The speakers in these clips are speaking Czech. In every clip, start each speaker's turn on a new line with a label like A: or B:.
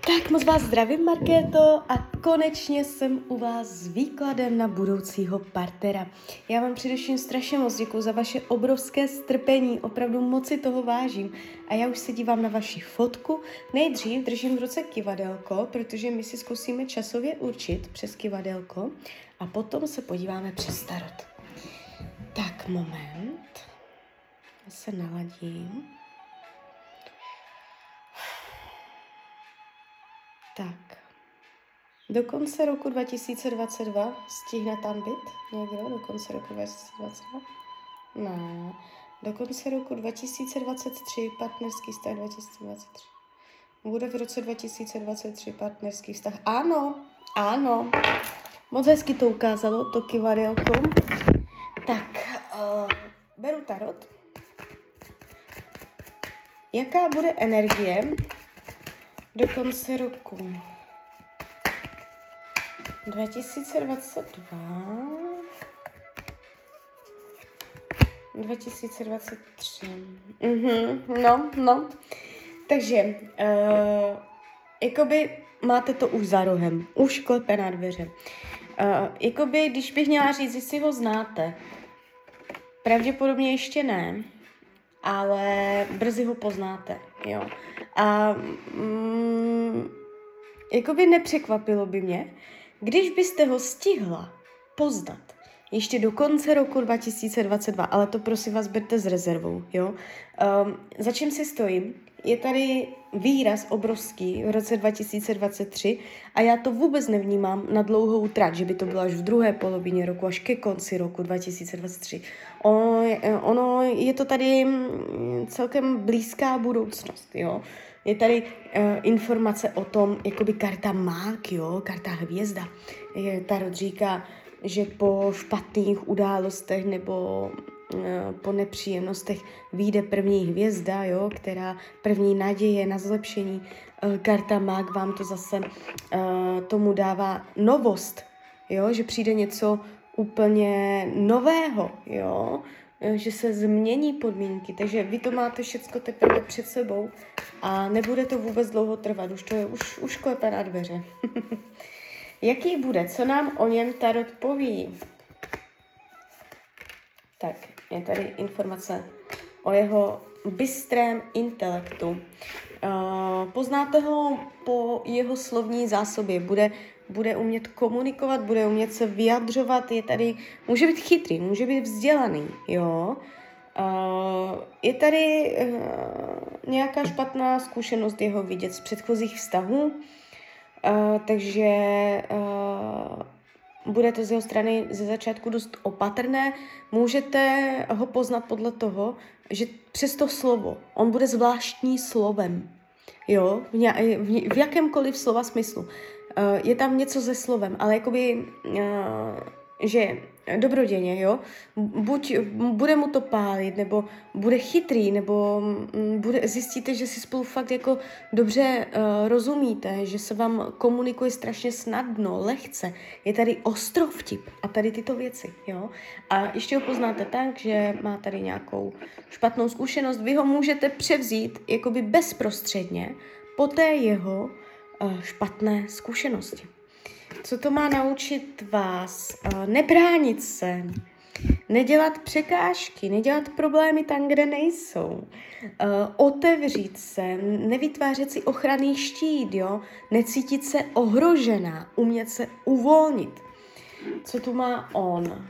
A: Tak moc vás zdravím, Markéto, a konečně jsem u vás s výkladem na budoucího partnera. Já vám především strašně moc děkuju za vaše obrovské strpení, opravdu moc si toho vážím. A já už se dívám na vaši fotku. Nejdřív držím v ruce kyvadelko, protože my si zkusíme časově určit přes kyvadelko a potom se podíváme přes tarot. Tak, moment. Já se naladím. Tak, do konce roku 2022 stihne tam být někdo? Do konce roku 2022? Ne. Do konce roku 2023 partnerský vztah 2023. Bude v roce 2023 partnerský vztah. Ano. Moc hezky to ukázalo, to kyvadelko. Tak, beru tarot. Jaká bude energie do konce roku 2022, 2023. No. Takže, jakoby máte to už za rohem, už klepe na dveře. Jakoby, když bych měla říct, jestli ho znáte, pravděpodobně ještě ne, ale brzy ho poznáte, jo. A jakoby nepřekvapilo by mě, když byste ho stihla poznat ještě do konce roku 2022, ale to prosím vás berte s rezervou, jo. Za čím si stojím? Je tady výraz obrovský v roce 2023 a já to vůbec nevnímám na dlouhou trať, že by to bylo až v druhé polovině roku, až ke konci roku 2023. Ono je to tady celkem blízká budoucnost, jo. Je tady informace o tom, jakoby karta mák, jo, karta hvězda. Tarot říká, že po špatných událostech nebo po nepříjemnostech vyjde první hvězda, jo, která první naděje na zlepšení. Karta mák vám to zase tomu dává novost, jo, že přijde něco úplně nového, jo, že se změní podmínky, takže vy to máte všecko teprve před sebou a nebude to vůbec dlouho trvat, už klepe na dveře. Jaký bude? Co nám o něm tarot poví? Tak, je tady informace o jeho bystrém intelektu. Poznáte ho po jeho slovní zásobě. Bude umět komunikovat, bude umět se vyjadřovat, je tady, může být chytrý, může být vzdělaný, jo. Je tady nějaká špatná zkušenost jeho vidět z předchozích vztahů, takže bude to z jeho strany ze začátku dost opatrné. Můžete ho poznat podle toho, že přes to slovo, on bude zvláštní slovem, jo, v jakémkoliv slova smyslu. Je tam něco se slovem, ale jakoby, že dobroděně, jo, buď bude mu to pálit, nebo bude chytrý, nebo zjistíte, že si spolu fakt jako dobře rozumíte, že se vám komunikuje strašně snadno, lehce, je tady ostrovtip a tady tyto věci, jo. A ještě ho poznáte tak, že má tady nějakou špatnou zkušenost, vy ho můžete převzít jakoby bezprostředně po té jeho špatné zkušenosti. Co to má naučit vás? Nebránit se, nedělat překážky, nedělat problémy tam, kde nejsou, otevřít se, nevytvářet si ochranný štít, jo? Necítit se ohrožená, umět se uvolnit. Co tu má on?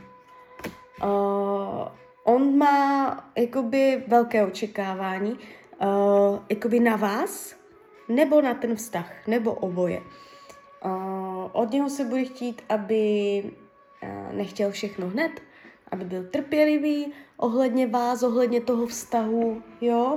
A: On má jakoby velké očekávání, jakoby na vás, nebo na ten vztah, nebo oboje. Od něho se bude chtít, aby nechtěl všechno hned, aby byl trpělivý ohledně vás, ohledně toho vztahu, jo.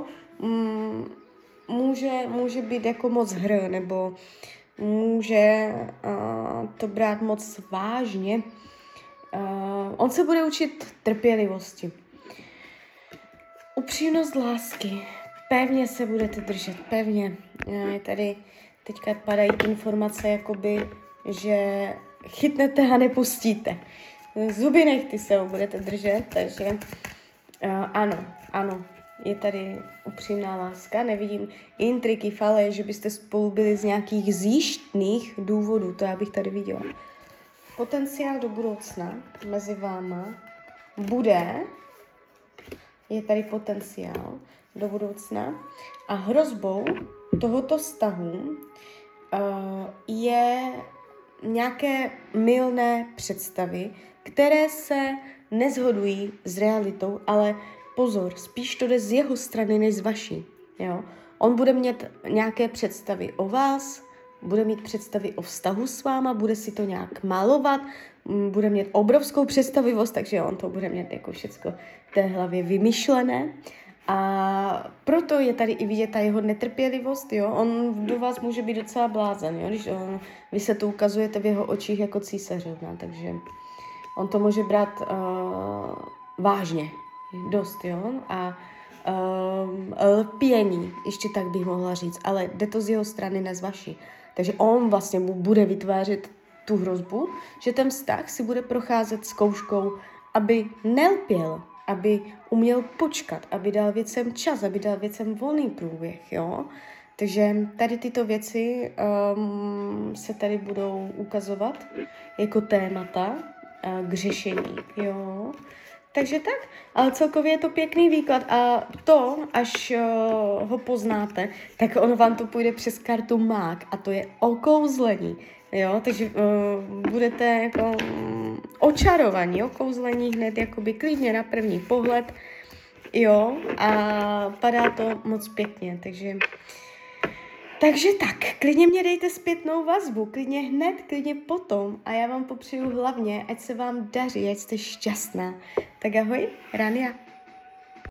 A: Může být jako moc hr, nebo může to brát moc vážně. On se bude učit trpělivosti. Upřímnost lásky. Pevně se budete držet, pevně. Je tady teďka padají informace, jakoby, že chytnete a nepustíte. Zuby nechty se budete držet, takže ano. je tady upřímná láska, nevidím intriky, fale, že byste spolu byli z nějakých zjištných důvodů, to já bych tady viděla. Potenciál do budoucna mezi váma bude, je tady potenciál do budoucna a hrozbou tohoto vztahu je nějaké mylné představy, které se neshodují s realitou, ale pozor, spíš to jde z jeho strany, než z vaší. Jo? On bude mít nějaké představy o vás, bude mít představy o vztahu s váma, bude si to nějak malovat, bude mít obrovskou představivost, takže on to bude mít jako všecko v té hlavě vymyšlené. A proto je tady i vidět ta jeho netrpělivost, jo? On do vás může být docela blázen, jo? Když vy se to ukazujete v jeho očích jako císařovna, takže on to může brát vážně, dost, jo? A lpění, ještě tak bych mohla říct, ale jde to z jeho strany, ne z vaší. Takže on vlastně mu bude vytvářet tu hrozbu, že ten vztah si bude procházet zkouškou, aby nelpěl, aby uměl počkat, aby dal věcem čas, aby dal věcem volný průběh, jo. Takže tady tyto věci se tady budou ukazovat jako témata k řešení, jo. Takže tak, ale celkově je to pěkný výklad a to, až ho poznáte, tak ono vám to půjde přes kartu mák a to je okouzlení, jo, takže budete jako očarovaní, okouzlení hned jakoby klidně na první pohled, jo, a padá to moc pěkně, takže tak, klidně mě dejte zpětnou vazbu, klidně hned, klidně potom a já vám popřeju hlavně, ať se vám daří, ať jste šťastná. Tak ahoj, Rania.